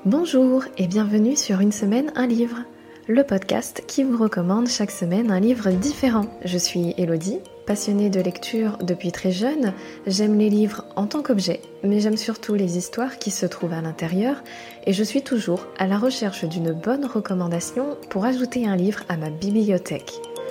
Bonjour et bienvenue sur Une semaine, un livre, le podcast qui vous recommande chaque semaine un livre différent. Je suis Elodie, passionnée de lecture depuis très jeune. J'aime les livres en tant qu'objet, mais j'aime surtout les histoires qui se trouvent à l'intérieur et je suis toujours à la recherche d'une bonne recommandation pour ajouter un livre à ma bibliothèque.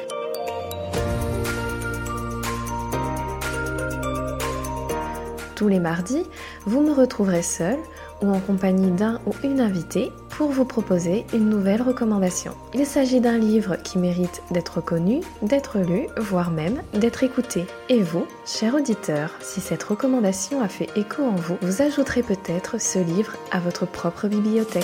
Tous les mardis, vous me retrouverez seule ou en compagnie d'un ou une invitée pour vous proposer une nouvelle recommandation. Il s'agit d'un livre qui mérite d'être connu, d'être lu, voire même d'être écouté. Et vous, chers auditeurs, si cette recommandation a fait écho en vous, vous ajouterez peut-être ce livre à votre propre bibliothèque.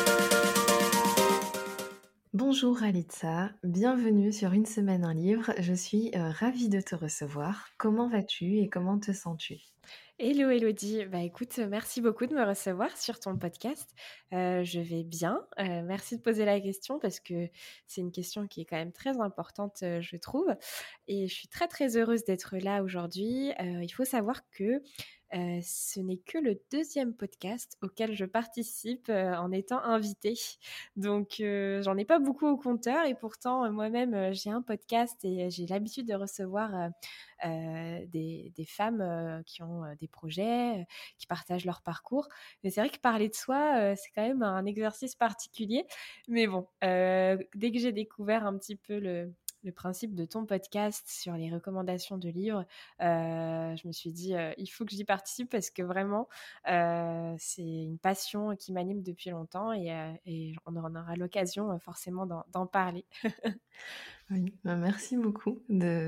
Bonjour Alitza, bienvenue sur Une semaine, un livre. Je suis ravie de te recevoir. Comment vas-tu et comment te sens-tu ? Hello Elodie, écoute, merci beaucoup de me recevoir sur ton podcast. Je vais bien, merci de poser la question parce que c'est une question qui est quand même très importante, je trouve. Et je suis très très heureuse d'être là aujourd'hui. Il faut savoir que ce n'est que le deuxième podcast auquel je participe en étant invitée. Donc j'en ai pas beaucoup au compteur et pourtant moi-même j'ai un podcast et j'ai l'habitude de recevoir des femmes qui ont des projets, qui partagent leur parcours. Mais c'est vrai que parler de soi, c'est quand même un exercice particulier. Mais bon, dès que j'ai découvert un petit peu le principe de ton podcast sur les recommandations de livres, je me suis dit, il faut que j'y participe parce que vraiment, c'est une passion qui m'anime depuis longtemps et on en aura l'occasion forcément d'en parler. Oui, merci beaucoup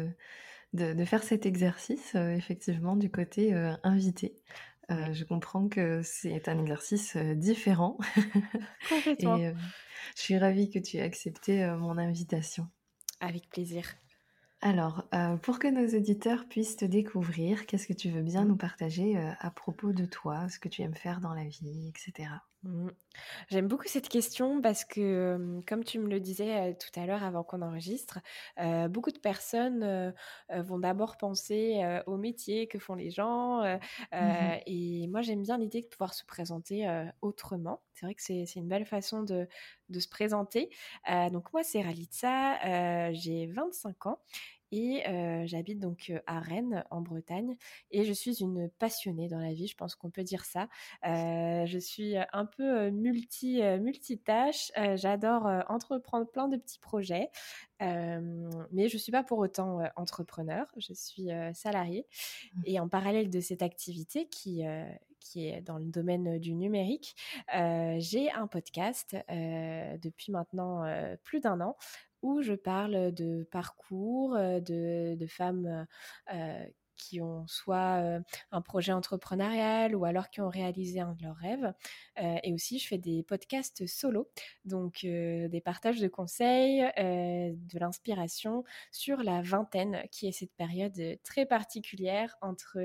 de faire cet exercice, effectivement, du côté invité. Oui, Je comprends que c'est un exercice différent complètement. et je suis ravie que tu aies accepté mon invitation. Avec plaisir. Alors, pour que nos auditeurs puissent te découvrir, qu'est-ce que tu veux bien nous partager à propos de toi, ce que tu aimes faire dans la vie, etc. Mmh. J'aime beaucoup cette question parce que, comme tu me le disais, tout à l'heure avant qu'on enregistre, beaucoup de personnes, vont d'abord penser, au métier que font les gens, Mhm. et moi j'aime bien l'idée de pouvoir se présenter, autrement. C'est vrai que c'est une belle façon de se présenter. Donc moi c'est Ralitza, j'ai 25 ans et j'habite donc, à Rennes en Bretagne et je suis une passionnée dans la vie, je pense qu'on peut dire ça. Je suis un peu multitâche. J'adore entreprendre plein de petits projets, mais je ne suis pas pour autant entrepreneur. Je suis salariée. Et en parallèle de cette activité qui est dans le domaine du numérique, j'ai un podcast depuis maintenant plus d'un an où je parle de parcours de femmes qui ont soit un projet entrepreneurial ou alors qui ont réalisé un de leurs rêves. Et aussi, je fais des podcasts solo, donc des partages de conseils, de l'inspiration sur la vingtaine, qui est cette période très particulière entre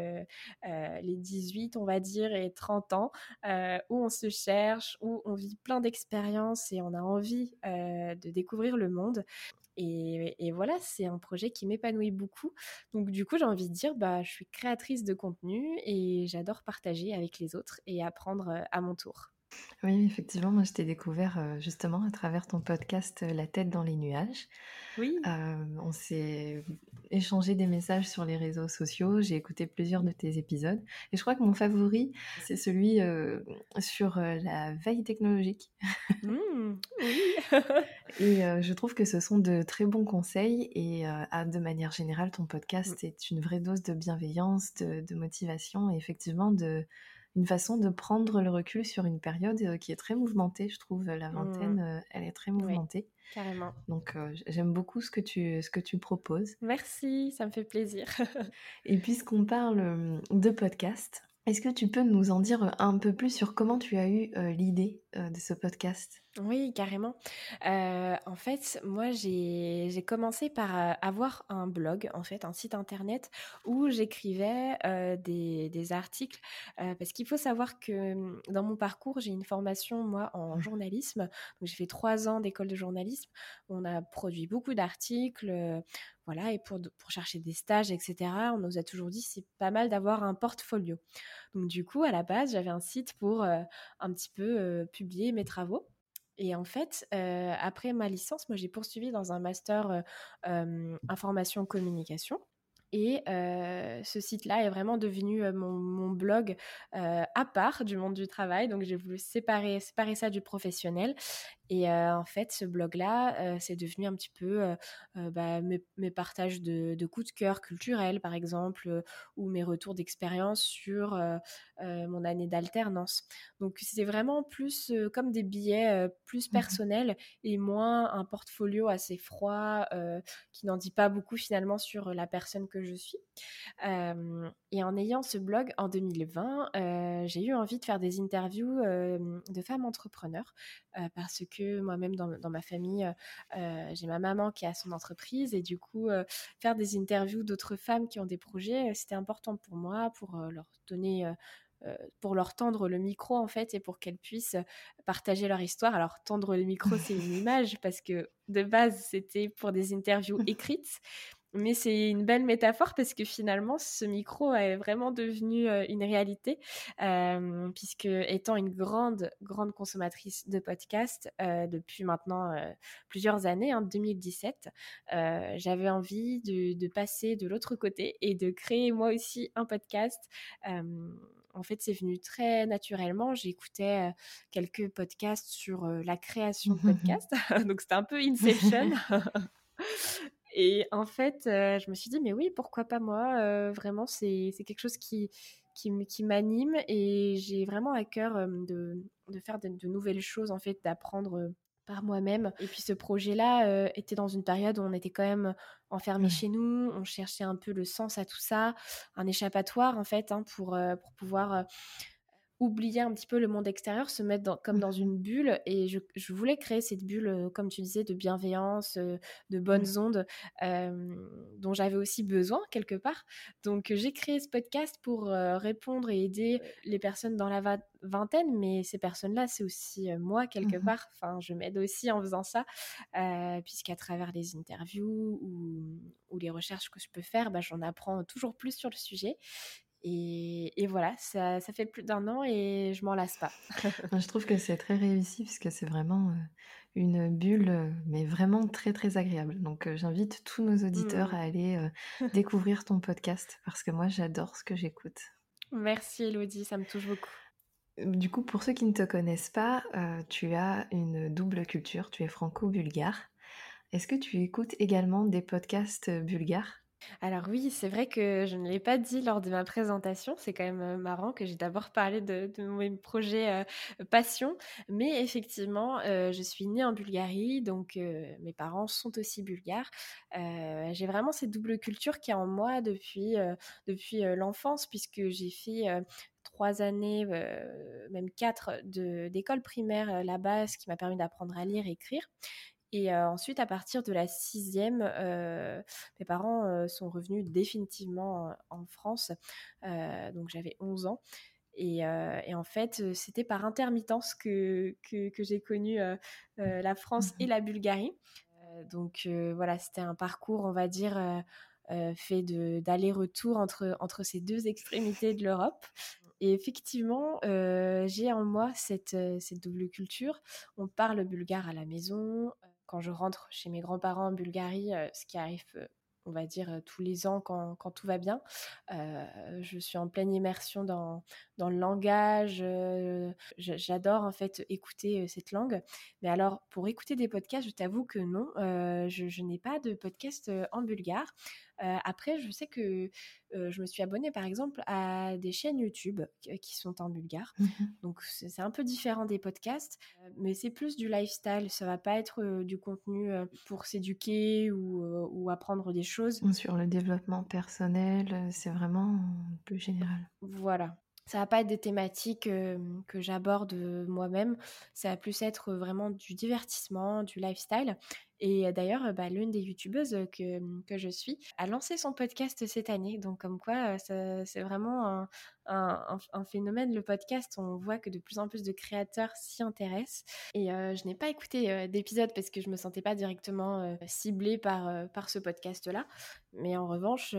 les 18, on va dire, et 30 ans, où on se cherche, où on vit plein d'expériences et on a envie de découvrir le monde. Et voilà, c'est un projet qui m'épanouit beaucoup. Donc du coup, j'ai envie de dire, je suis créatrice de contenu et j'adore partager avec les autres et apprendre à mon tour. Oui, effectivement, moi je t'ai découvert justement à travers ton podcast La tête dans les nuages. Oui. On s'est échangé des messages sur les réseaux sociaux, j'ai écouté plusieurs de tes épisodes et je crois que mon favori, c'est celui sur la veille technologique. Oui. Et je trouve que ce sont de très bons conseils et de manière générale, ton podcast est une vraie dose de bienveillance, de motivation et effectivement une façon de prendre le recul sur une période qui est très mouvementée, je trouve. La vingtaine, elle est très Oui, mouvementée. carrément. Donc j'aime beaucoup ce que tu proposes. Merci, ça me fait plaisir. Et puisqu'on parle de podcast, est-ce que tu peux nous en dire un peu plus sur comment tu as eu l'idée de ce podcast? Oui, carrément. En fait, moi, j'ai commencé par, avoir un blog, en fait, un site internet où j'écrivais, des articles, parce qu'il faut savoir que, dans mon parcours, j'ai une formation, moi, en Mmh. journalisme. Donc j'ai fait 3 ans d'école de journalisme. On a produit beaucoup d'articles, voilà, et pour chercher des stages et cetera, on nous a toujours dit: «C'est pas mal d'avoir un portfolio». Donc du coup, à la base, j'avais un site pour, un petit peu, publier mes travaux. Et en fait, après ma licence, moi, j'ai poursuivi dans un master, information communication. Et ce site-là est vraiment devenu, mon blog, à part du monde du travail. Donc j'ai voulu séparer ça du professionnel. Et en fait, ce blog-là, c'est devenu un petit peu, bah, mes partages de coups de cœur culturels, par exemple, ou mes retours d'expérience sur, mon année d'alternance. Donc c'est vraiment plus, comme des billets, plus Mmh. personnels et moins un portfolio assez froid, qui n'en dit pas beaucoup finalement sur la personne que je suis. Et en ayant ce blog en 2020, j'ai eu envie de faire des interviews, de femmes entrepreneurs, parce que moi-même dans ma famille, j'ai ma maman qui a son entreprise et du coup, faire des interviews d'autres femmes qui ont des projets, c'était important pour moi, pour, leur donner, pour leur tendre le micro en fait et pour qu'elles puissent, partager leur histoire. Alors tendre le micro, c'est une image parce que de base, c'était pour des interviews écrites, mais c'est une belle métaphore parce que finalement, ce micro est vraiment devenu, une réalité, puisque étant une grande, grande consommatrice de podcasts, depuis maintenant, plusieurs années, hein, 2017, j'avais envie de passer de l'autre côté et de créer moi aussi un podcast. En fait, c'est venu très naturellement. J'écoutais, quelques podcasts sur, la création de podcasts, donc c'était un peu Inception. Et en fait, je me suis dit: «Mais oui, pourquoi pas moi?» Vraiment, c'est quelque chose qui m'anime et j'ai vraiment à cœur, de faire de nouvelles choses, en fait, d'apprendre, par moi-même. Et puis ce projet-là, était dans une période où on était quand même enfermés Ouais. chez nous. On cherchait un peu le sens à tout ça, un échappatoire, en fait, hein, pour pouvoir, oublier un petit peu le monde extérieur, se mettre comme dans Mmh. une bulle. Et je voulais créer cette bulle, comme tu disais, de bienveillance, de Ouais. bonnes ondes, dont j'avais aussi besoin quelque part. Donc j'ai créé ce podcast pour, répondre et aider, les personnes dans la vingtaine, mais ces personnes-là, c'est aussi, moi quelque Mmh. part. Enfin, je m'aide aussi en faisant ça, puisqu'à travers les interviews ou les recherches que je peux faire, bah, j'en apprends toujours plus sur le sujet. Et voilà, ça fait plus d'1 an et je m'en lasse pas. Je trouve que c'est très réussi puisque c'est vraiment, une bulle, mais vraiment très, très agréable. Donc, j'invite tous nos auditeurs Mmh. à aller, découvrir ton podcast parce que moi j'adore ce que j'écoute. Merci Elodie, ça me touche beaucoup. Du coup, pour ceux qui ne te connaissent pas, tu as une double culture, tu es franco-bulgare. Est-ce que tu écoutes également des podcasts, bulgares? Alors oui, c'est vrai que je ne l'ai pas dit lors de ma présentation, c'est quand même, marrant que j'ai d'abord parlé de mes projets, passion. Mais effectivement, je suis née en Bulgarie, donc mes parents sont aussi bulgares. J'ai vraiment cette double culture qui est en moi depuis l'enfance puisque j'ai fait, 3 années, même 4 d'école primaire, là-bas, ce qui m'a permis d'apprendre à lire et écrire. Et ensuite, à partir de la 6e, mes parents, sont revenus définitivement, en France, donc j'avais 11 ans. Et en fait, c'était par intermittence que j'ai connu, la France et Mmh. la Bulgarie. Donc voilà, c'était un parcours, on va dire, fait d'aller-retour entre ces 2 extrémités de l'Europe. Et effectivement, j'ai en moi cette double culture. On parle bulgare à la maison. Quand je rentre chez mes grands-parents en Bulgarie, ce qui arrive, on va dire, tous les ans quand tout va bien, je suis en pleine immersion dans le langage, j'adore en fait écouter, cette langue. Mais alors pour écouter des podcasts, je t'avoue que non, je n'ai pas de podcast, en bulgare. Après je sais que, je me suis abonnée par exemple à des chaînes YouTube qui sont en bulgare. Mmh. Donc c'est un peu différent des podcasts, mais c'est plus du lifestyle. Ça va pas être, du contenu, pour s'éduquer ou apprendre des choses. Sur le développement personnel, c'est vraiment, plus général. Voilà. Ça va pas être des thématiques que j'aborde moi-même. Ça va plus être vraiment du divertissement, du lifestyle. Et d'ailleurs, l'une des youtubeuses que je suis a lancé son podcast cette année. Donc, comme quoi, c'est vraiment un phénomène, le podcast. On voit que de plus en plus de créateurs s'y intéressent. Et je n'ai pas écouté d'épisode parce que je me sentais pas directement ciblée par ce podcast-là. Mais en revanche,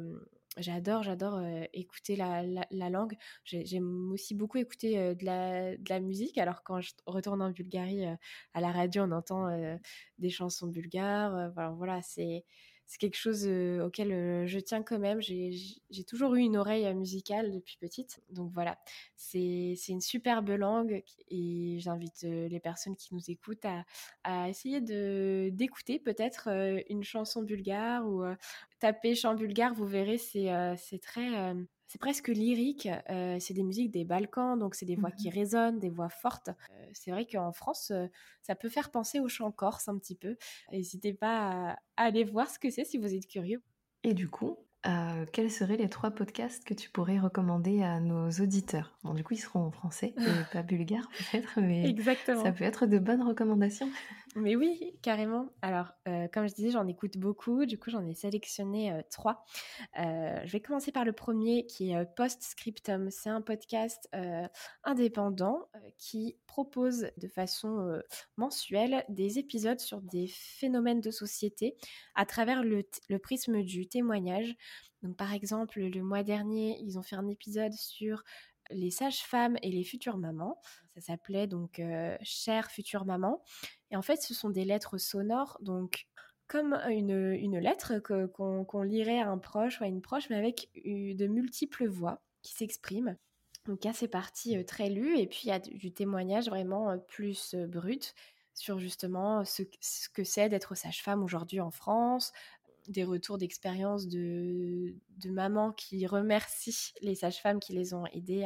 j'adore écouter la langue. J'aime aussi beaucoup écouter de la musique. Alors, quand je retourne en Bulgarie, à la radio, on entend des chansons bulgares. Voilà, c'est quelque chose auquel je tiens quand même. J'ai toujours eu une oreille musicale depuis petite. Donc voilà, c'est une superbe langue et j'invite les personnes qui nous écoutent à essayer d'écouter peut-être une chanson bulgare ou taper chant bulgare, vous verrez, c'est très... c'est presque lyrique, c'est des musiques des Balkans, donc c'est des voix qui Mhm. résonnent, des voix fortes. C'est vrai qu'en France, ça peut faire penser au chant corse un petit peu. N'hésitez pas à aller voir ce que c'est si vous êtes curieux. Et du coup, quels seraient les 3 podcasts que tu pourrais recommander à nos auditeurs? Bon, du coup, ils seront en français et pas bulgare peut-être, mais ça Exactement. peut être de bonnes recommandations. Mais oui, carrément. Alors, comme je disais, j'en écoute beaucoup. Du coup, j'en ai sélectionné 3. Je vais commencer par le premier qui est Postscriptum. C'est un podcast indépendant qui propose de façon mensuelle des épisodes sur des phénomènes de société à travers le prisme du témoignage. Donc, par exemple, le mois dernier, ils ont fait un épisode sur les sages-femmes et les futures mamans. Ça s'appelait donc Chère future maman. Et en fait, ce sont des lettres sonores, donc comme une lettre qu'on lirait à un proche ou à une proche, mais avec de multiples voix qui s'expriment. Donc, il y a ces parties très lues, et puis il y a du témoignage vraiment plus brut sur justement ce que c'est d'être sage-femme aujourd'hui en France, des retours d'expérience de mamans qui remercient les sages-femmes qui les ont aidées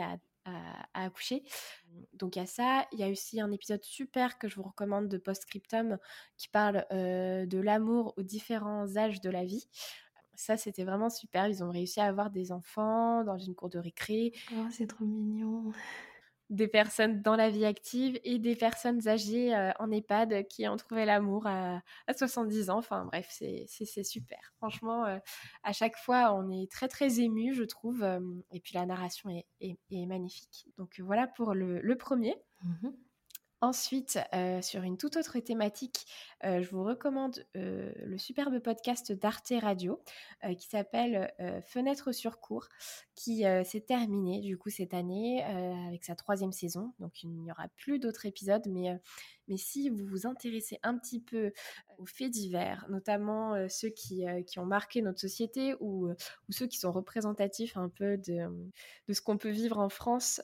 à accoucher. Donc il y a ça, il y a aussi un épisode super que je vous recommande de Postscriptum qui parle de l'amour aux différents âges de la vie. Ça, c'était vraiment super. Ils ont réussi à avoir des enfants dans une cour de récré, Oh, c'est trop mignon. des personnes dans la vie active et des personnes âgées en EHPAD qui ont trouvé l'amour à 70 ans. Enfin bref, c'est super. Franchement, à chaque fois, on est très très ému, je trouve. Et puis la narration est magnifique. Donc voilà pour le premier. Mhm. Ensuite, sur une toute autre thématique, je vous recommande le superbe podcast d'Arte Radio qui s'appelle Fenêtre sur cour, qui s'est terminé du coup cette année avec sa 3e saison. Donc il n'y aura plus d'autres épisodes, mais si vous vous intéressez un petit peu aux faits divers, notamment ceux qui ont marqué notre société ou ceux qui sont représentatifs un peu de ce qu'on peut vivre en France,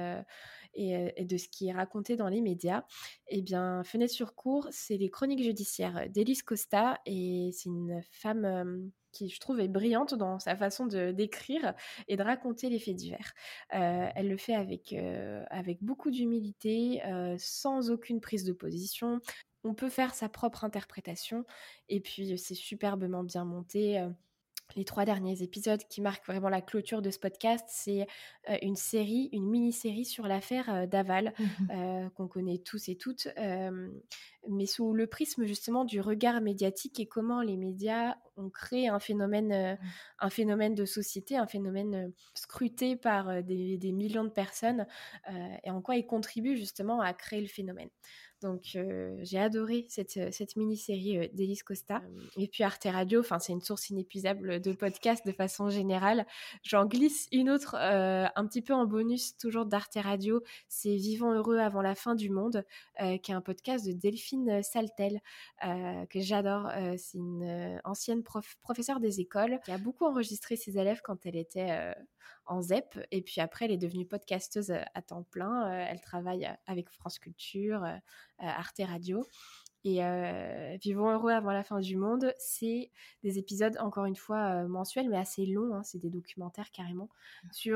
et de ce qui est raconté dans les médias, eh bien, Fenêtre sur cour, c'est les chroniques judiciaires d'Élise Costa, et c'est une femme qui, je trouve, est brillante dans sa façon d'écrire et de raconter les faits divers. Elle le fait avec beaucoup d'humilité, sans aucune prise de position. On peut faire sa propre interprétation, et puis c'est superbement bien monté. Les 3 derniers épisodes qui marquent vraiment la clôture de ce podcast, c'est une mini-série sur l'affaire Daval, Mhm. qu'on connaît tous et toutes, mais sous le prisme justement du regard médiatique et comment les médias ont créé un phénomène de société, un phénomène scruté par des millions de personnes, et en quoi ils contribuent justement à créer le phénomène. Donc j'ai adoré cette mini-série d'Élise Costa. Et puis Arte Radio, c'est une source inépuisable de podcasts de façon générale. J'en glisse une autre un petit peu en bonus, toujours d'Arte Radio. C'est Vivons heureux avant la fin du monde, qui est un podcast de Delphine Saltel, que j'adore. C'est une ancienne professeure des écoles qui a beaucoup enregistré ses élèves quand elle était en ZEP. Et puis après, elle est devenue podcasteuse à temps plein. Elle travaille avec France Culture, Arte Radio. Et Vivons heureux avant la fin du monde, c'est des épisodes, encore une fois, mensuels, mais assez longs, hein, c'est des documentaires carrément, sur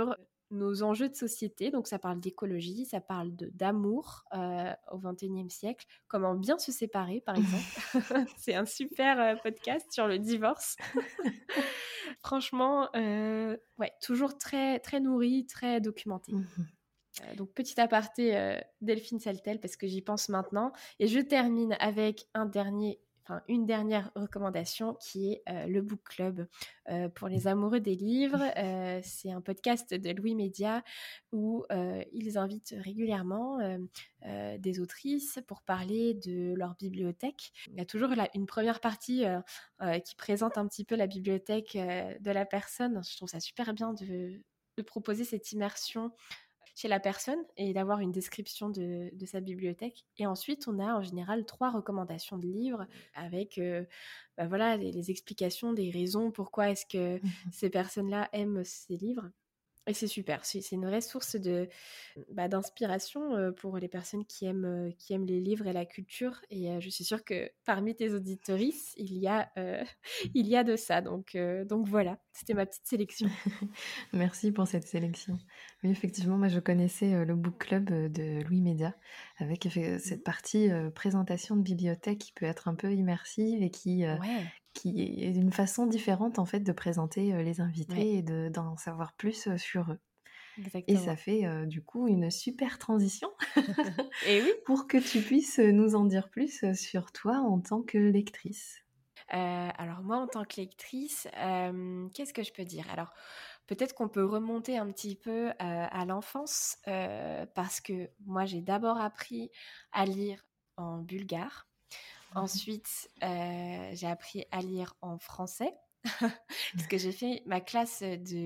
nos enjeux de société. Donc, ça parle d'écologie, ça parle d'amour au XXIe siècle, comment bien se séparer, par exemple. C'est un super podcast sur le divorce. Franchement, ouais, toujours très, très nourri, très documenté. Donc, petit aparté Delphine Saltel, parce que j'y pense maintenant. Et je termine avec une dernière recommandation qui est le Book Club pour les amoureux des livres. C'est un podcast de Louis Média où ils invitent régulièrement des autrices pour parler de leur bibliothèque. Il y a toujours une première partie qui présente un petit peu la bibliothèque de la personne. Je trouve ça super bien de proposer cette immersion chez la personne et d'avoir une description de sa bibliothèque. Et ensuite, on a en général 3 recommandations de livres avec voilà, les explications des raisons pourquoi est-ce que ces personnes-là aiment ces livres. Et c'est super, c'est une vraie source d'inspiration pour les personnes qui aiment les livres et la culture. Et je suis sûre que parmi tes auditorices, il y a de ça. Donc voilà, c'était ma petite sélection. Merci pour cette sélection. Oui, effectivement, moi je connaissais le book club de Louis Média avec cette partie présentation de bibliothèque qui peut être un peu immersive et qui Ouais, est une façon différente en fait de présenter les ouais, invités et d'en savoir plus sur eux. Et ça exactement. fait du coup une super transition Et oui. pour que tu puisses nous en dire plus sur toi en tant que lectrice. Alors moi, en tant que lectrice, qu'est-ce que je peux dire? Alors, peut-être qu'on peut remonter un petit peu à l'enfance, parce que moi, j'ai d'abord appris à lire en bulgare. Ensuite, j'ai appris à lire en français, parce que j'ai fait ma classe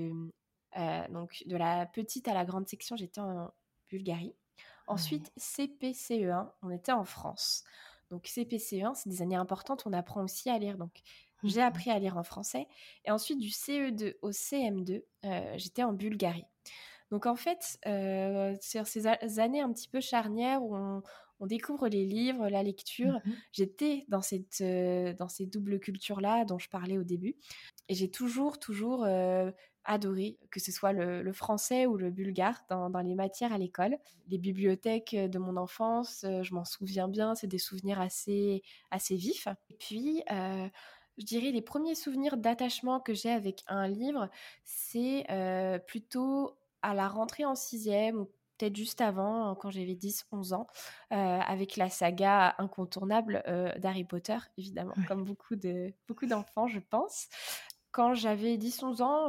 donc de la petite à la grande section, j'étais en Bulgarie. Oui. Ensuite, CP-CE1, on était en France. Donc CP-CE1, c'est des années importantes, on apprend aussi à lire. Donc j'ai appris à lire en français. Et ensuite, du CE2 au CM2, j'étais en Bulgarie. Donc en fait, sur ces années un petit peu charnières où on découvre les livres, la lecture, j'étais dans ces doubles cultures-là dont je parlais au début. Et j'ai toujours adoré, que ce soit le français ou le bulgare dans les matières à l'école. Les bibliothèques de mon enfance, je m'en souviens bien, c'est des souvenirs assez vifs. Et puis, je dirais les premiers souvenirs d'attachement que j'ai avec un livre, c'est plutôt à la rentrée en sixième ou peut-être juste avant, quand j'avais 10-11 ans, avec la saga incontournable d'Harry Potter, évidemment, Oui. comme beaucoup d'enfants, je pense. Quand j'avais 10-11 ans,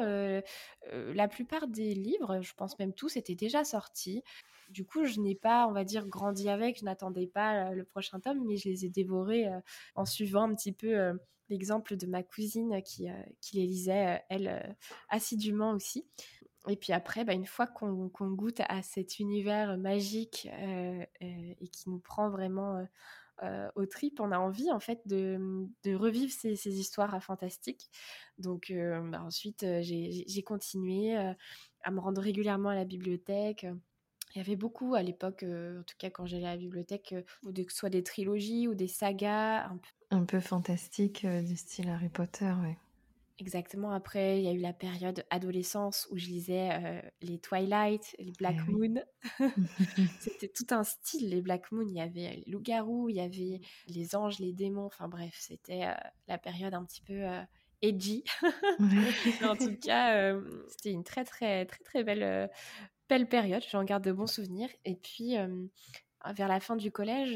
la plupart des livres, je pense même tous, étaient déjà sortis. Du coup, je n'ai pas, on va dire, grandi avec, je n'attendais pas le prochain tome, mais je les ai dévorés en suivant un petit peu l'exemple de ma cousine qui les lisait, elle, assidûment aussi. Et puis après, une fois qu'on goûte à cet univers magique et qui nous prend vraiment aux tripes, on a envie en fait de revivre ces histoires fantastiques. Donc ensuite, j'ai continué à me rendre régulièrement à la bibliothèque. Il y avait beaucoup à l'époque, en tout cas quand j'allais à la bibliothèque, que ce soit des trilogies ou des sagas, un peu. Un peu fantastique du style Harry Potter, ouais. Exactement. Après, il y a eu la période adolescence où je lisais les Twilight, les Eh Black oui. Moon. C'était tout un style, les Black Moon. Il y avait les loups-garous, il y avait les anges, les démons. Enfin bref, c'était la période un petit peu edgy. Mais en tout cas, c'était une très, très, très, très belle période. J'en garde de bons souvenirs. Et puis, vers la fin du collège,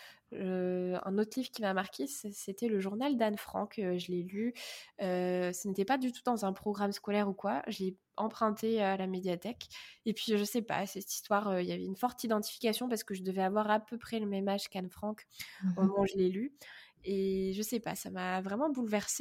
un autre livre qui m'a marqué, c'était le journal d'Anne Frank. Je l'ai lu. Ce n'était pas du tout dans un programme scolaire ou quoi. Je l'ai emprunté à la médiathèque. Et puis, je sais pas, cette histoire, il y avait une forte identification parce que je devais avoir à peu près le même âge qu'Anne Frank au moment où je l'ai lu. Et je sais pas, ça m'a vraiment bouleversée.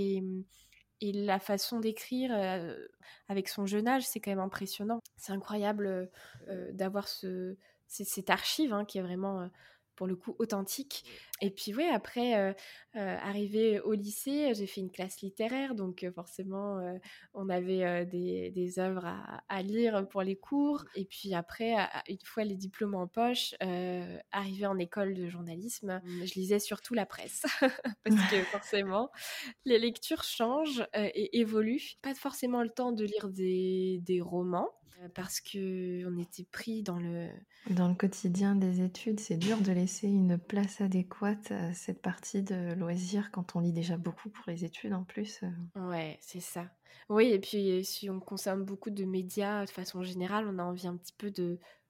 Et la façon d'écrire avec son jeune âge, c'est quand même impressionnant. C'est incroyable d'avoir cette archive qui est vraiment, pour le coup, authentique. Et puis, oui, après, arrivé au lycée, j'ai fait une classe littéraire, donc forcément, on avait des œuvres à lire pour les cours. Et puis après, une fois les diplômes en poche, arrivé en école de journalisme, je lisais surtout la presse, parce que forcément, les lectures changent et évoluent. Pas forcément le temps de lire des romans. parce qu'on était pris dans le... Dans le quotidien des études, c'est dur de laisser une place adéquate à cette partie de loisirs quand on lit déjà beaucoup pour les études en plus. Ouais, c'est ça. Oui, et puis si on consomme beaucoup de médias de façon générale, on a envie un petit peu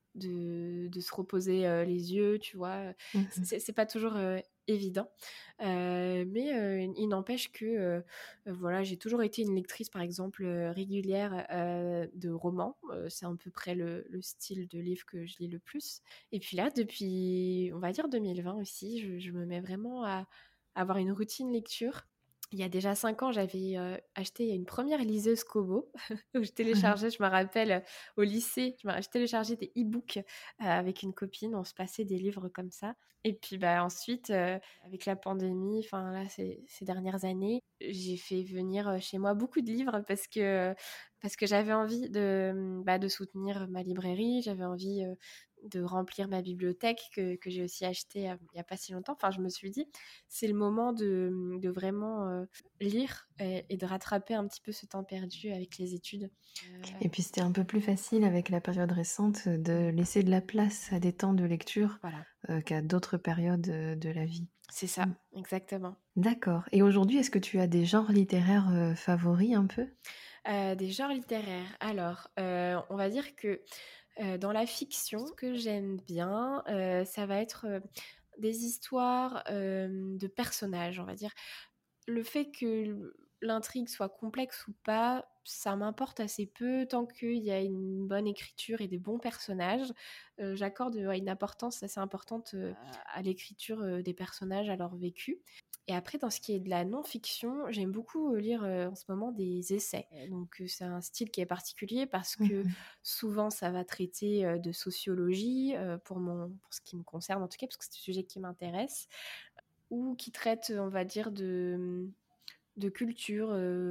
de se reposer les yeux, tu vois. Mhm. C'est pas toujours évident. Mais il n'empêche que voilà, j'ai toujours été une lectrice, par exemple, régulière de romans. C'est à peu près le style de livre que je lis le plus. Et puis là, depuis, on va dire 2020 aussi, je me mets vraiment à avoir une routine lecture. Il y a déjà 5 ans, j'avais acheté une première liseuse Kobo où je téléchargeais, je me rappelle, au lycée, je téléchargeais des e-books avec une copine, on se passait des livres comme ça. Et puis bah, ensuite, avec la pandémie, enfin là, ces dernières années, j'ai fait venir chez moi beaucoup de livres parce que j'avais envie de soutenir ma librairie, j'avais envie de remplir ma bibliothèque que j'ai aussi achetée il n'y a pas si longtemps. Enfin, je me suis dit, c'est le moment de vraiment lire et de rattraper un petit peu ce temps perdu avec les études. Et puis c'était un peu plus facile avec la période récente de laisser de la place à des temps de lecture Voilà, qu'à d'autres périodes de la vie. c'est ça, Mm. exactement. D'accord. Et aujourd'hui, est-ce que tu as des genres littéraires favoris un peu? Des genres littéraires. Alors, on va dire que dans la fiction, ce que j'aime bien, ça va être des histoires de personnages, on va dire. Le fait que l'intrigue soit complexe ou pas, ça m'importe assez peu tant qu'il y a une bonne écriture et des bons personnages. J'accorde une importance assez importante à l'écriture des personnages, à leur vécu. Et après, dans ce qui est de la non-fiction, j'aime beaucoup lire en ce moment des essais. Donc, c'est un style qui est particulier parce que Mhm. souvent, ça va traiter de sociologie, pour ce qui me concerne en tout cas, parce que c'est un sujet qui m'intéresse, ou qui traite, on va dire, de culture,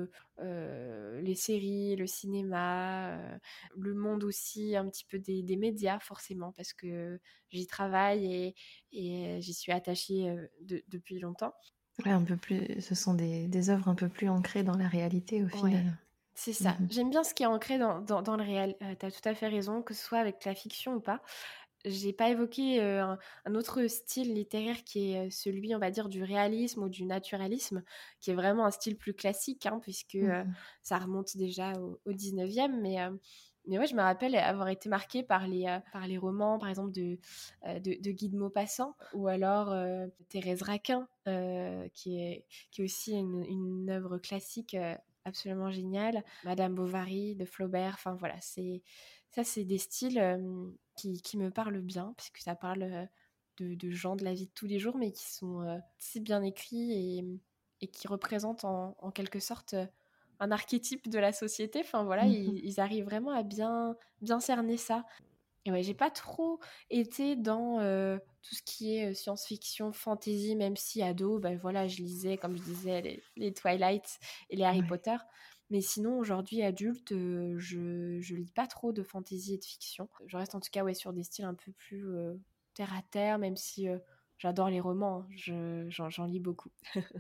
les séries, le cinéma, le monde aussi un petit peu des médias forcément parce que j'y travaille et j'y suis attachée depuis longtemps. Ouais, un peu plus, ce sont des œuvres un peu plus ancrées dans la réalité au Ouais, final. c'est ça. Mhm. J'aime bien ce qui est ancré dans le réel. Tu as tout à fait raison, que ce soit avec la fiction ou pas. J'ai pas évoqué un autre style littéraire qui est celui, on va dire, du réalisme ou du naturalisme, qui est vraiment un style plus classique, hein, puisque Mhm. ça remonte déjà au 19e. Mais ouais, je me rappelle avoir été marquée par les romans, par exemple, de Guy de Maupassant, ou alors Thérèse Raquin, qui est aussi une œuvre classique absolument géniale. Madame Bovary, de Flaubert, enfin voilà, c'est des styles qui me parlent bien, puisque ça parle de gens de la vie de tous les jours, mais qui sont si bien écrits et qui représentent en quelque sorte un archétype de la société. Enfin voilà, Mhm. ils arrivent vraiment à bien cerner ça. Et ouais, j'ai pas trop été dans tout ce qui est science-fiction, fantasy, même si ado, ben voilà, je lisais, comme je disais, les Twilight et les Harry Ouais. Potter. Mais sinon, aujourd'hui, adulte, je lis pas trop de fantasy et de fiction. Je reste en tout cas ouais, sur des styles un peu plus terre à terre, même si j'adore les romans, hein. J'en lis beaucoup.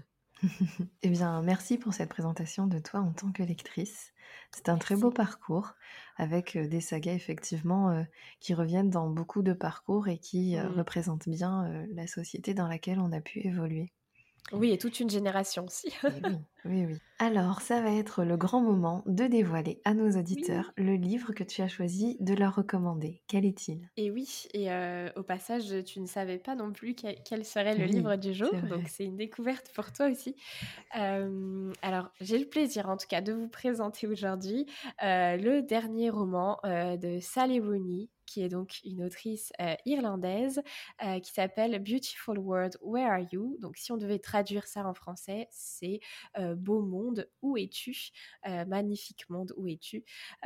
Eh bien, merci pour cette présentation de toi en tant que lectrice. C'est un très beau Merci. parcours avec des sagas effectivement qui reviennent dans beaucoup de parcours et qui Mm. représentent bien la société dans laquelle on a pu évoluer. Oui, et toute une génération aussi. Et oui, oui, oui. Alors, ça va être le grand moment de dévoiler à nos Oui. auditeurs le livre que tu as choisi de leur recommander. Quel est-il? Et oui, et au passage, tu ne savais pas non plus quel serait le Oui, livre du jour, c'est donc vrai. c'est une découverte pour toi aussi. Alors, j'ai le plaisir en tout cas de vous présenter aujourd'hui le dernier roman de Sally Rooney, qui est donc une autrice irlandaise qui s'appelle Beautiful World, Where Are You? Donc, si on devait traduire ça en français, c'est Beau monde, où es-tu? Magnifique monde, où es-tu?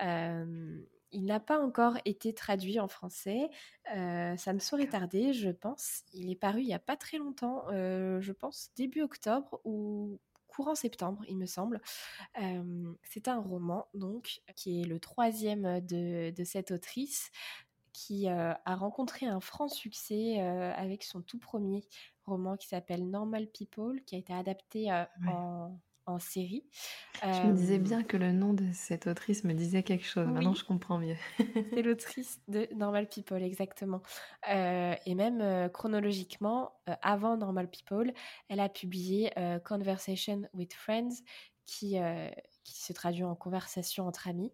Il n'a pas encore été traduit en français. Ça ne saurait tarder, je pense. Il est paru il n'y a pas très longtemps, je pense début octobre ou courant septembre, il me semble. C'est un roman, donc, qui est le troisième de cette autrice, qui a rencontré un franc succès avec son tout premier roman qui s'appelle Normal People, qui a été adapté Ouais. en série. Je me disais Euh, bien que le nom de cette autrice me disait quelque chose. Maintenant, je oui, comprends mieux. c'est l'autrice de Normal People, exactement. Et même chronologiquement, avant Normal People, elle a publié Conversation with Friends, qui, euh, qui se traduit en conversation entre amis.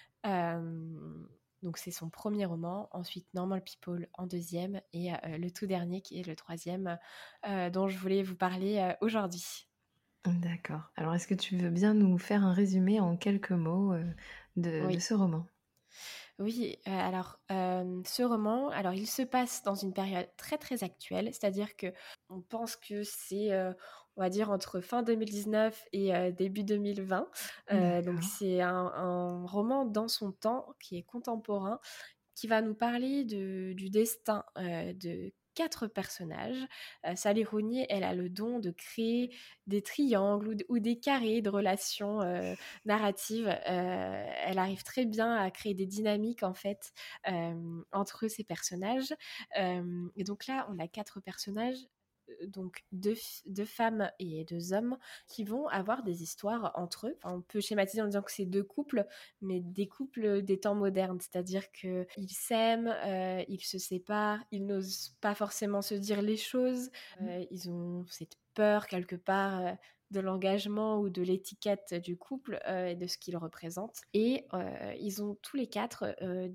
Donc c'est son premier roman, ensuite Normal People en deuxième et le tout dernier qui est le troisième dont je voulais vous parler aujourd'hui. D'accord. Alors, est-ce que tu veux bien nous faire un résumé en quelques mots de Oui, ce roman? oui. Alors ce roman, alors il se passe dans une période très très actuelle, c'est-à-dire que on pense que c'est, on va dire entre fin 2019 et début 2020. Donc D'accord. c'est un roman dans son temps qui est contemporain qui va nous parler du destin de quatre personnages. Sally Rooney, elle a le don de créer des triangles ou des carrés de relations narratives. Elle arrive très bien à créer des dynamiques en fait entre ces personnages. Et donc là, on a quatre personnages donc deux femmes et deux hommes qui vont avoir des histoires entre eux. Enfin, on peut schématiser en disant que c'est deux couples, mais des couples des temps modernes, c'est-à-dire qu'ils s'aiment, ils se séparent, ils n'osent pas forcément se dire les choses, ils ont cette peur quelque part de l'engagement ou de l'étiquette du couple et de ce qu'il représente. Et ils ont tous les quatre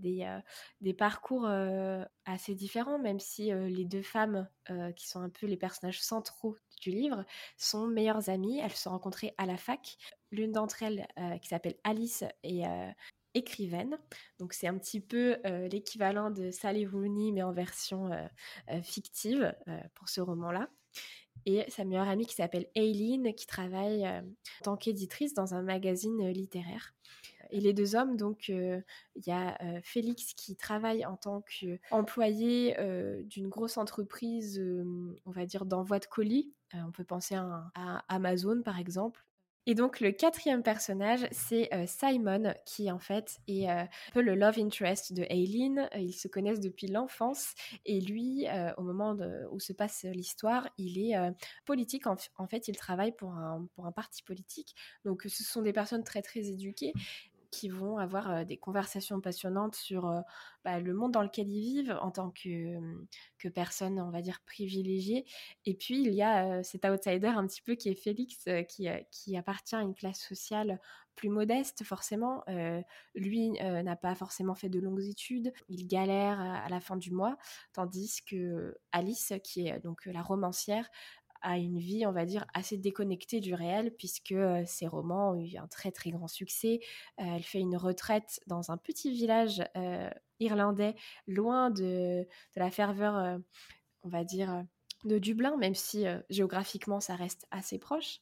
des parcours assez différents, même si les deux femmes qui sont un peu les personnages centraux du livre sont meilleures amies. Elles se sont rencontrées à la fac. L'une d'entre elles, qui s'appelle Alice, est écrivaine. Donc c'est un petit peu l'équivalent de Sally Rooney, mais en version fictive pour ce roman-là. Et sa meilleure amie qui s'appelle Aileen, qui travaille en tant qu'éditrice dans un magazine littéraire. Et les deux hommes, donc, il y a Félix qui travaille en tant qu'employé d'une grosse entreprise, on va dire, d'envoi de colis. On peut penser à Amazon, par exemple. Et donc, le quatrième personnage, c'est Simon, qui en fait est un peu le love interest de Aileen. Ils se connaissent depuis l'enfance. Et lui, au moment où se passe l'histoire, il est politique. En fait, il travaille pour un parti politique. Donc, ce sont des personnes très, très éduquées qui vont avoir des conversations passionnantes sur le monde dans lequel ils vivent en tant que personne, on va dire, privilégiée. Et puis, il y a cet outsider un petit peu qui est Félix, qui appartient à une classe sociale plus modeste, forcément. Lui n'a pas forcément fait de longues études. Il galère à la fin du mois, tandis que Alice, qui est donc la romancière, a une vie, on va dire, assez déconnectée du réel, puisque ses romans ont eu un très très grand succès. Elle fait une retraite dans un petit village irlandais, loin de la ferveur, on va dire, de Dublin, même si géographiquement ça reste assez proche.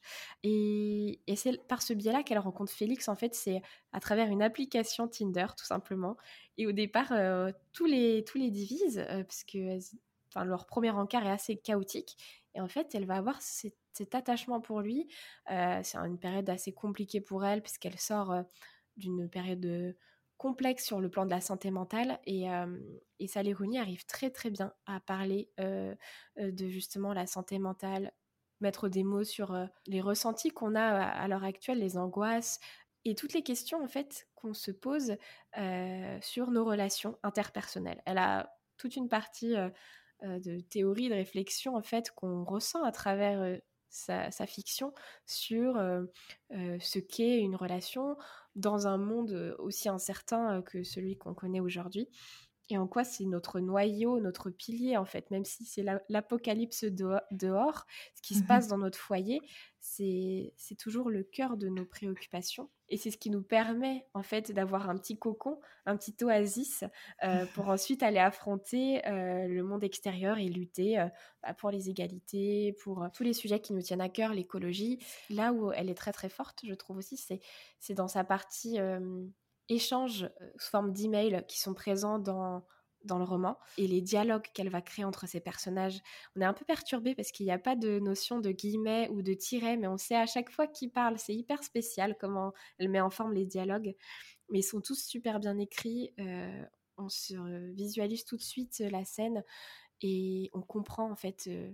Et c'est par ce biais-là qu'elle rencontre Félix. En fait, c'est à travers une application Tinder, tout simplement. Et au départ, tous les divisent, parce que enfin, leur premier encart est assez chaotique. Et en fait, elle va avoir cet attachement pour lui. C'est une période assez compliquée pour elle, puisqu'elle sort d'une période complexe sur le plan de la santé mentale. Et Sally Rooney arrive très très bien à parler de justement la santé mentale, mettre des mots sur les ressentis qu'on a à l'heure actuelle, les angoisses et toutes les questions en fait qu'on se pose sur nos relations interpersonnelles. Elle a toute une partie de théorie, de réflexion en fait qu'on ressent à travers sa fiction sur ce qu'est une relation dans un monde aussi incertain que celui qu'on connaît aujourd'hui. Et en quoi c'est notre noyau, notre pilier en fait, même si c'est l'apocalypse dehors, ce qui se passe dans notre foyer, c'est toujours le cœur de nos préoccupations. Et c'est ce qui nous permet en fait d'avoir un petit cocon, un petit oasis pour ensuite aller affronter le monde extérieur et lutter pour les égalités, pour tous les sujets qui nous tiennent à cœur, l'écologie. Là où elle est très très forte, je trouve aussi, c'est dans sa partie échanges sous forme d'emails qui sont présents dans le roman et les dialogues qu'elle va créer entre ces personnages. On est un peu perturbé parce qu'il n'y a pas de notion de guillemets ou de tirets, mais on sait à chaque fois qui parle. C'est hyper spécial comment elle met en forme les dialogues, mais ils sont tous super bien écrits. On se visualise tout de suite la scène et on comprend en fait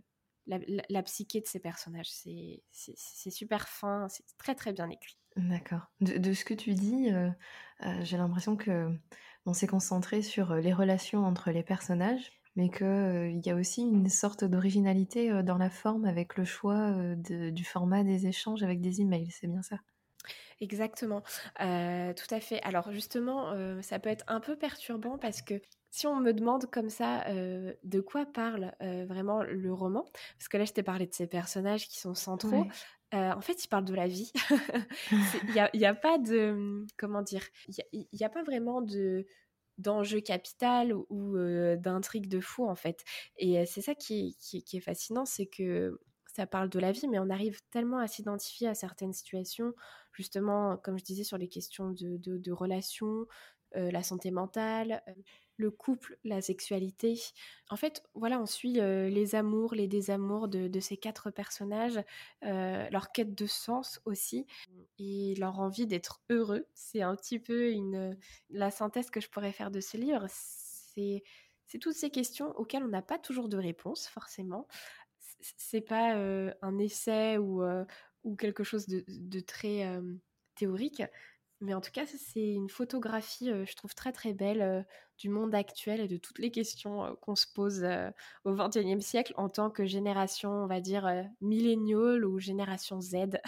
la psyché de ces personnages. C'est super fin, c'est très très bien écrit. D'accord. De ce que tu dis, j'ai l'impression que on s'est concentré sur, les relations entre les personnages, mais que, il y a aussi une sorte d'originalité, dans la forme avec le choix, du format des échanges avec des emails, c'est bien ça? Exactement, tout à fait. Alors justement, ça peut être un peu perturbant parce que si on me demande comme ça, de quoi parle, vraiment le roman, parce que là je t'ai parlé de ces personnages qui sont centraux, Ouais. en fait ils parlent de la vie. Il y a pas de, comment dire? Il y a pas vraiment d'enjeu capital ou d'intrigue de fou en fait, et c'est ça qui est fascinant, c'est que ça parle de la vie, mais on arrive tellement à s'identifier à certaines situations, justement, comme je disais, sur les questions de relations, la santé mentale, le couple, la sexualité. En fait, voilà, on suit les amours, les désamours de ces 4 personnages, leur quête de sens aussi, et leur envie d'être heureux. C'est un petit peu la synthèse que je pourrais faire de ce livre. C'est toutes ces questions auxquelles on n'a pas toujours de réponse, forcément. C'est pas un essai ou quelque chose de très théorique, mais en tout cas, c'est une photographie, je trouve très très belle, du monde actuel et de toutes les questions qu'on se pose au XXIe siècle en tant que génération, on va dire, millénial ou génération Z.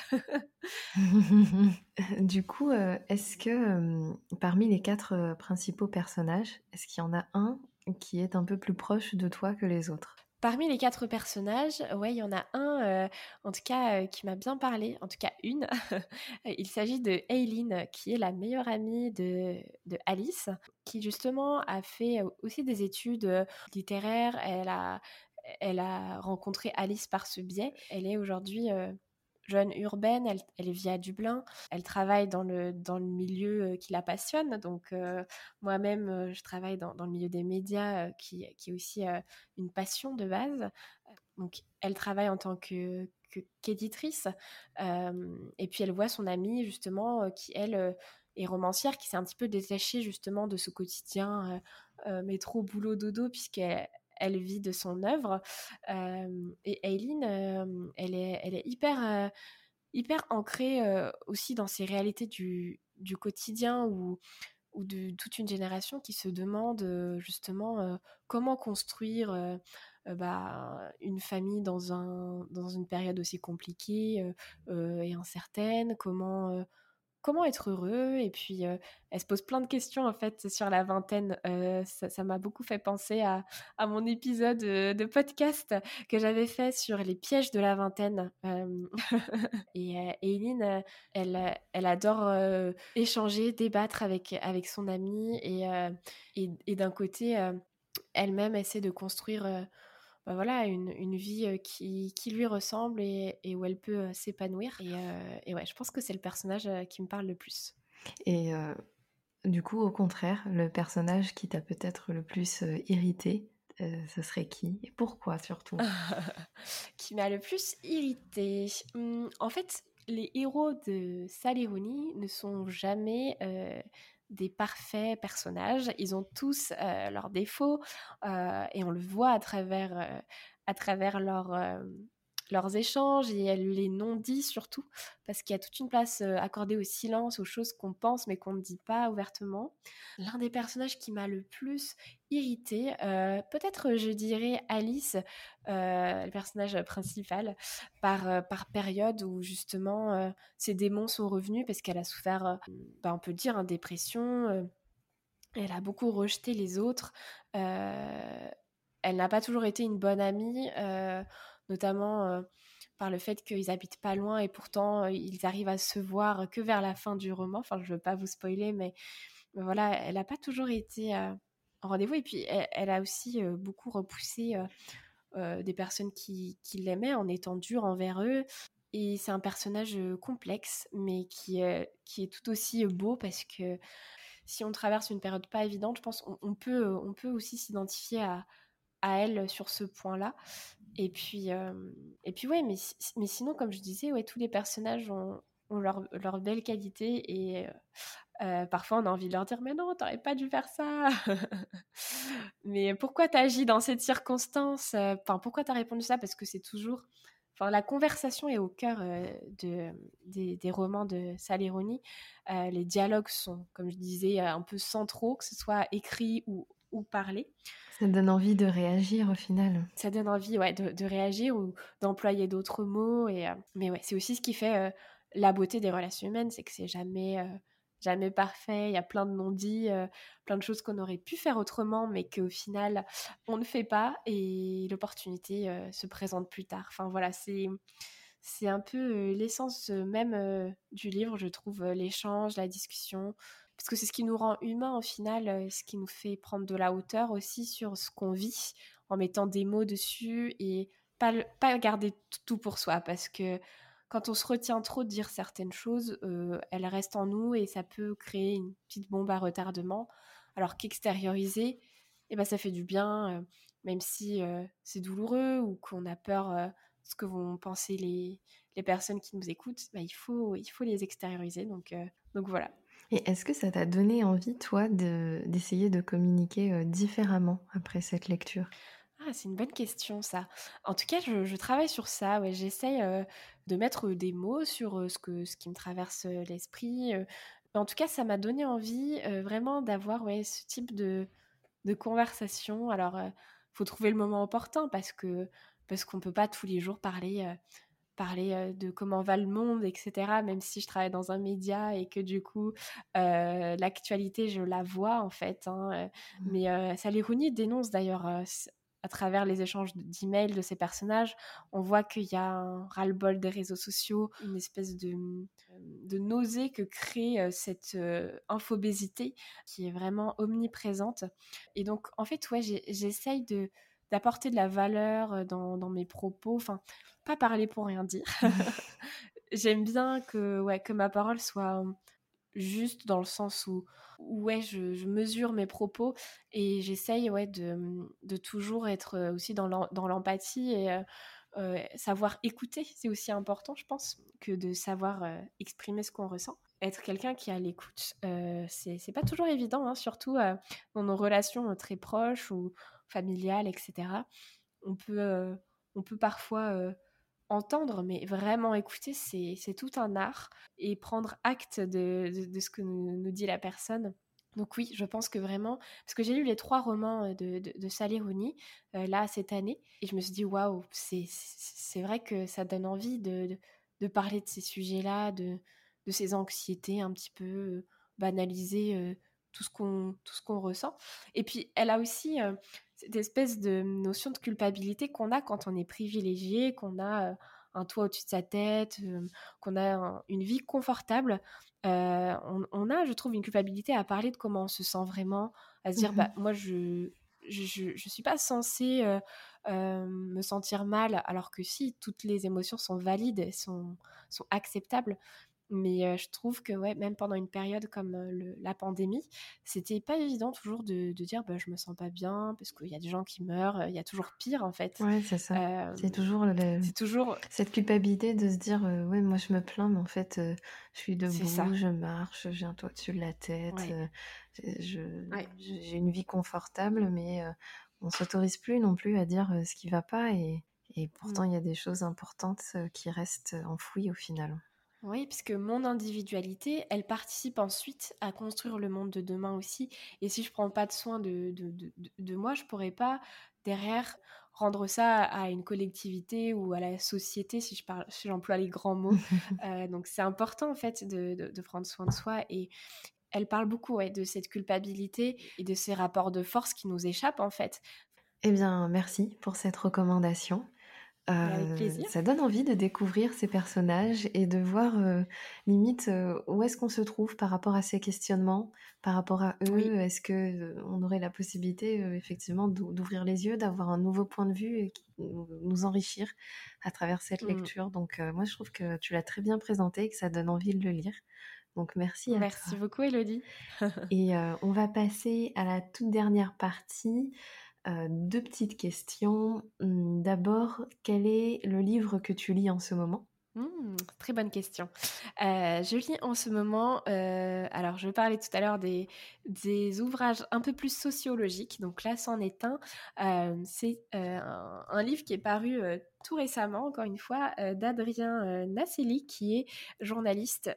Du coup, est-ce que, parmi les 4 principaux personnages, est-ce qu'il y en a un qui est un peu plus proche de toi que les autres? Parmi les 4 personnages, ouais, il y en a un, en tout cas, qui m'a bien parlé, en tout cas une. Il s'agit de Aileen, qui est la meilleure amie de Alice, qui justement a fait, aussi des études, littéraires. Elle a rencontré Alice par ce biais. Elle est aujourd'hui, jeune urbaine, elle vit à Dublin. Elle travaille dans le milieu, qui la passionne, donc moi-même, je travaille dans le milieu des médias, qui est aussi, une passion de base. Donc, elle travaille en tant qu'éditrice, et puis elle voit son amie justement, qui elle, est romancière, qui s'est un petit peu détachée justement de ce quotidien métro boulot dodo, puisqu'elle vit de son œuvre. Et Aileen, elle est hyper ancrée aussi dans ces réalités du quotidien, ou de toute une génération qui se demande justement comment construire une famille dans une période aussi compliquée et incertaine, comment être heureux. Et puis elle se pose plein de questions en fait sur la vingtaine. Ça m'a beaucoup fait penser à mon épisode de podcast que j'avais fait sur les pièges de la vingtaine. Et Eileen, elle adore échanger, débattre avec son amie, et d'un côté, elle-même essaie de construire voilà, une vie qui lui ressemble, et où elle peut s'épanouir. Et ouais, je pense que c'est le personnage qui me parle le plus. Et du coup, au contraire, le personnage qui t'a peut-être le plus, irritée, ce serait qui? Et pourquoi surtout? Qui m'a le plus irritée. En fait, les héros de Sally Rooney ne sont jamais des parfaits personnages. Ils ont tous leurs défauts, et on le voit à travers leurs échanges et les non-dits surtout, parce qu'il y a toute une place accordée au silence, aux choses qu'on pense mais qu'on ne dit pas ouvertement. L'un des personnages qui m'a le plus irritée, peut-être je dirais Alice, le personnage principal, par période où justement ses démons sont revenus, parce qu'elle a souffert, on peut le dire, dépression. Elle a beaucoup rejeté les autres. Elle n'a pas toujours été une bonne amie, notamment par le fait qu'ils habitent pas loin, et pourtant ils arrivent à se voir que vers la fin du roman. Enfin, je veux pas vous spoiler, mais voilà, elle n'a pas toujours été en rendez-vous. Et puis elle a aussi beaucoup repoussé des personnes qui l'aimaient, en étant dure envers eux. Et c'est un personnage complexe, mais qui est tout aussi beau, parce que si on traverse une période pas évidente, je pense on peut aussi s'identifier à elle sur ce point-là. Et puis ouais, mais sinon, comme je disais, ouais, tous les personnages ont leur belle qualité, et Parfois, on a envie de leur dire: «Mais non, t'aurais pas dû faire ça!» «Mais pourquoi t'as agi dans cette circonstance?» Enfin, pourquoi t'as répondu ça? Parce que c'est toujours enfin, la conversation est au cœur, des romans de Saleroni. Les dialogues sont, comme je disais, un peu centraux, que ce soit écrit ou parlé. Ça donne envie de réagir au final. Ça donne envie, ouais, de réagir ou d'employer d'autres mots mais ouais, c'est aussi ce qui fait, la beauté des relations humaines, c'est que c'est jamais parfait. Il y a plein de non-dits, plein de choses qu'on aurait pu faire autrement, mais qu'au final, on ne fait pas et l'opportunité, se présente plus tard. Enfin voilà, c'est un peu, l'essence, même, du livre, je trouve, l'échange, la discussion. Parce que c'est ce qui nous rend humains au final, ce qui nous fait prendre de la hauteur aussi sur ce qu'on vit, en mettant des mots dessus et pas garder tout pour soi. Parce que quand on se retient trop de dire certaines choses, elles restent en nous et ça peut créer une petite bombe à retardement. Alors qu'extérioriser, et ben ça fait du bien, même si, c'est douloureux ou qu'on a peur, ce que vont penser les personnes qui nous écoutent, bah, il faut les extérioriser donc voilà. Et est-ce que ça t'a donné envie, toi, d'essayer de communiquer, différemment après cette lecture? Ah, c'est une bonne question ça. En tout cas, je travaille sur ça, ouais. J'essaye, de mettre, des mots sur, ce qui me traverse, l'esprit, en tout cas, ça m'a donné envie, vraiment d'avoir, ouais, ce type de conversation. Alors, faut trouver le moment opportun parce qu'on peut pas tous les jours parler de comment va le monde, etc. Même si je travaille dans un média et que du coup, l'actualité, je la vois en fait, hein. Mmh. Mais Saleruni dénonce d'ailleurs, à travers les échanges d'emails de ces personnages, on voit qu'il y a un ras-le-bol des réseaux sociaux, une espèce de nausée que crée cette infobésité qui est vraiment omniprésente. Et donc, en fait, ouais, j'essaye d'apporter de la valeur dans mes propos. Enfin, pas parler pour rien dire. J'aime bien que ma parole soit juste dans le sens où ouais, je mesure mes propos et j'essaye ouais, de toujours être aussi dans l'empathie et savoir écouter. C'est aussi important, je pense, que de savoir exprimer ce qu'on ressent. Être quelqu'un qui est à l'écoute, c'est pas toujours évident, hein, surtout dans nos relations très proches ou familiales, etc. On peut, euh, on peut parfois entendre, mais vraiment écouter, c'est tout un art et prendre acte de ce que nous dit la personne. Donc oui, je pense que vraiment, parce que j'ai lu les 3 romans de Saleruni, là, cette année, et je me suis dit, waouh, c'est vrai que ça donne envie de parler de ces sujets-là, de ces anxiétés un petit peu banaliser tout ce qu'on ressent. Et puis, elle a aussi cette espèce de notion de culpabilité qu'on a quand on est privilégié, qu'on a un toit au-dessus de sa tête, qu'on a une vie confortable. On a, je trouve, une culpabilité à parler de comment on se sent vraiment, à se dire, Mmh. bah, moi, je suis pas censée me sentir mal, alors que si, toutes les émotions sont valides, sont acceptables. Mais je trouve que ouais, même pendant une période comme, la pandémie, c'était pas évident toujours de dire: «Bah, je me sens pas bien», parce qu'il y a des gens qui meurent, il y a toujours pire en fait. Ouais, c'est ça. C'est Hem, toujours c'est toujours cette culpabilité de se dire, «Ouais, moi je me plains, mais en fait, je suis c'est debout, ça, je marche, j'ai un toit au-dessus de la tête, ouais, ouais. j'ai une vie confortable», mais on s'autorise plus non plus à dire, ce qui va pas et pourtant Mmh. il y a des choses importantes, qui restent enfouies au final. Oui, puisque mon individualité, elle participe ensuite à construire le monde de demain aussi. Et si je prends pas de soin de moi, je pourrais pas derrière rendre ça à une collectivité ou à la société si je parle, si j'emploie les grands mots. Donc c'est important en fait de prendre soin de soi. Et elle parle beaucoup ouais, de cette culpabilité et de ces rapports de force qui nous échappent en fait. Eh bien, merci pour cette recommandation. Mais avec plaisir. Ça donne envie de découvrir ces personnages et de voir, limite, où est-ce qu'on se trouve par rapport à ces questionnements, par rapport à eux. Oui. Est-ce que, on aurait la possibilité, effectivement d'ouvrir les yeux, d'avoir un nouveau point de vue et qui nous enrichir à travers cette Mm. lecture? Donc, moi je trouve que tu l'as très bien présenté et que ça donne envie de le lire. Donc merci à toi. Merci beaucoup, Elodie. Et on va passer à la toute dernière partie. 2 petites questions. D'abord, quel est le livre que tu lis en ce moment? Très bonne question. Je lis en ce moment, alors je parlais tout à l'heure des ouvrages un peu plus sociologiques, donc là, c'en est un. C'est un livre qui est paru tout récemment, encore une fois, d'Adrien Nacelli, qui est journaliste,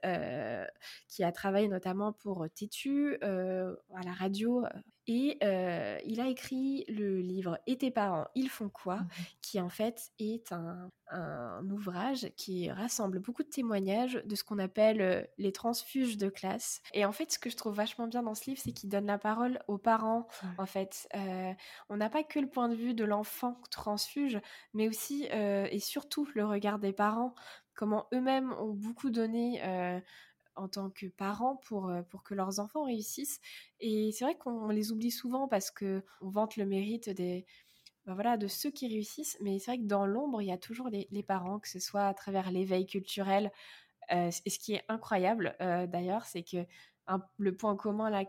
qui a travaillé notamment pour Tétu, à la radio. Et il a écrit le livre Et tes parents, ils font quoi, qui en fait est un ouvrage qui rassemble beaucoup de témoignages de ce qu'on appelle les transfuges de classe. Et en fait, ce que je trouve vachement bien dans ce livre, c'est qu'il donne la parole aux parents. En fait, on n'a pas que le point de vue de l'enfant transfuge, mais aussi et surtout le regard des parents, comment eux-mêmes ont beaucoup donné en tant que parents pour que leurs enfants réussissent. Et c'est vrai qu'on les oublie souvent parce qu'on vante le mérite de ceux qui réussissent, mais c'est vrai que dans l'ombre, il y a toujours les parents, que ce soit à travers l'éveil culturel. Et ce qui est incroyable, d'ailleurs, c'est que le point commun là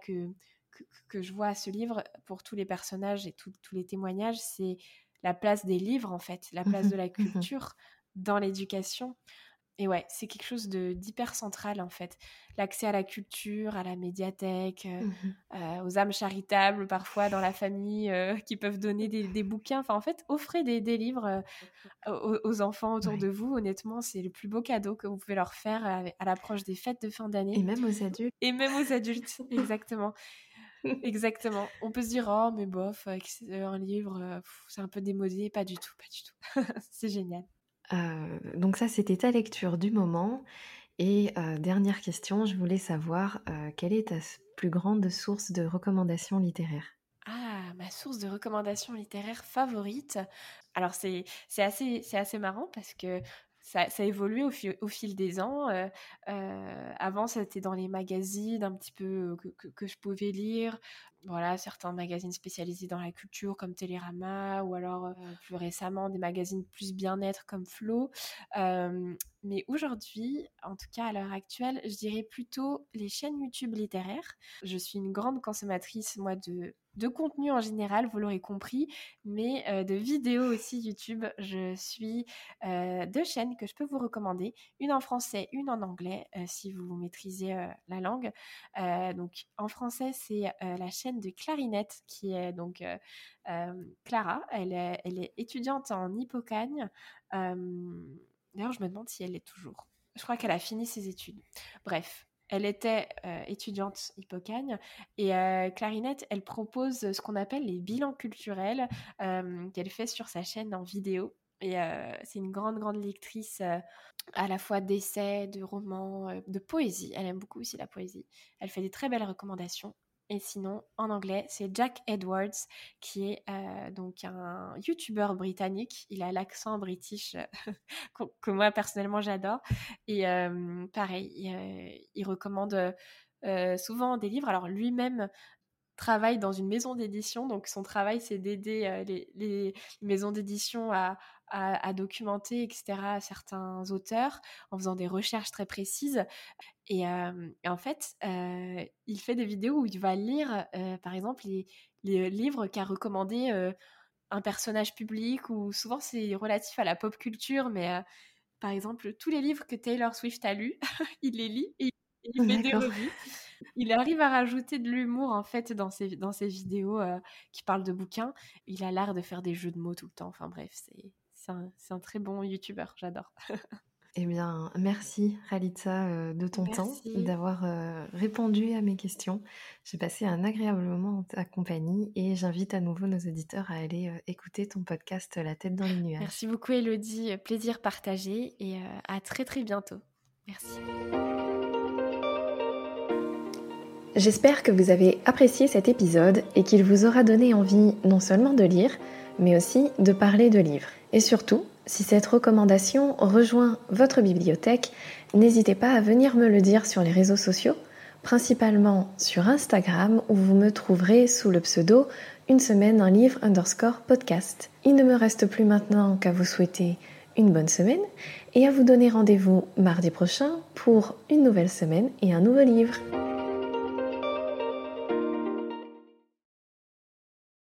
que je vois à ce livre, pour tous les personnages et tous les témoignages, c'est la place des livres, en fait, la place de la culture dans l'éducation. Et ouais, c'est quelque chose d'hyper central, en fait. L'accès à la culture, à la médiathèque, aux âmes charitables, parfois, dans la famille, qui peuvent donner des bouquins. Enfin, en fait, offrez des livres aux enfants autour de vous. Honnêtement, c'est le plus beau cadeau que vous pouvez leur faire à l'approche des fêtes de fin d'année. Et même aux adultes. Et même aux adultes, exactement. Exactement. On peut se dire, oh, mais bof, un livre, c'est un peu démodé. Pas du tout, pas du tout. C'est génial. Donc ça, c'était ta lecture du moment. Et dernière question, je voulais savoir quelle est ta plus grande source de recommandations littéraires? Ah, ma source de recommandations littéraires favorite. Alors c'est assez marrant parce que ça évolue au fil des ans. Avant, c'était dans les magazines un petit peu que je pouvais lire. Voilà, certains magazines spécialisés dans la culture comme Télérama, ou alors plus récemment des magazines plus bien-être comme Flo. Mais aujourd'hui, en tout cas à l'heure actuelle, je dirais plutôt les chaînes YouTube littéraires. Je suis une grande consommatrice, moi, de contenu en général, vous l'aurez compris, mais de vidéos aussi YouTube. Je suis 2 chaînes que je peux vous recommander, une en français, une en anglais, si vous maîtrisez la langue. Donc en français, c'est la chaîne de Clarinette, qui est donc Clara. Elle est étudiante en Hippocagne. D'ailleurs, je me demande si elle l'est toujours. Je crois qu'elle a fini ses études. Bref, elle était étudiante Hippocagne, et Clarinette, elle propose ce qu'on appelle les bilans culturels qu'elle fait sur sa chaîne en vidéo. Et c'est une grande, grande lectrice à la fois d'essais, de romans, de poésie. Elle aime beaucoup aussi la poésie. Elle fait des très belles recommandations. Et sinon, en anglais, c'est Jack Edwards, qui est donc un YouTuber britannique. Il a l'accent british que moi, personnellement, j'adore. Et pareil, il recommande souvent des livres. Alors, lui-même travaille dans une maison d'édition, donc son travail, c'est d'aider les maisons d'édition à documenter, etc., certains auteurs, en faisant des recherches très précises. Et en fait, il fait des vidéos où il va lire, par exemple, les livres qu'a recommandé un personnage public, ou souvent c'est relatif à la pop culture, mais par exemple, tous les livres que Taylor Swift a lus, il les lit et il fait des D'accord. revues. Il arrive à rajouter de l'humour, en fait, dans ses vidéos qui parlent de bouquins. Il a l'art de faire des jeux de mots tout le temps. Enfin bref, c'est un très bon youtubeur, j'adore. Eh bien, merci Khalitsa de ton temps, Merci. d'avoir répondu à mes questions. J'ai passé un agréable moment en ta compagnie et j'invite à nouveau nos auditeurs à aller écouter ton podcast La tête dans les nuages. Merci beaucoup, Elodie. Plaisir partagé, et à très très bientôt. Merci. J'espère que vous avez apprécié cet épisode et qu'il vous aura donné envie non seulement de lire, mais aussi de parler de livres. Et surtout, si cette recommandation rejoint votre bibliothèque, n'hésitez pas à venir me le dire sur les réseaux sociaux, principalement sur Instagram, où vous me trouverez sous le pseudo Une semaine un livre _podcast. Il ne me reste plus maintenant qu'à vous souhaiter une bonne semaine et à vous donner rendez-vous mardi prochain pour une nouvelle semaine et un nouveau livre.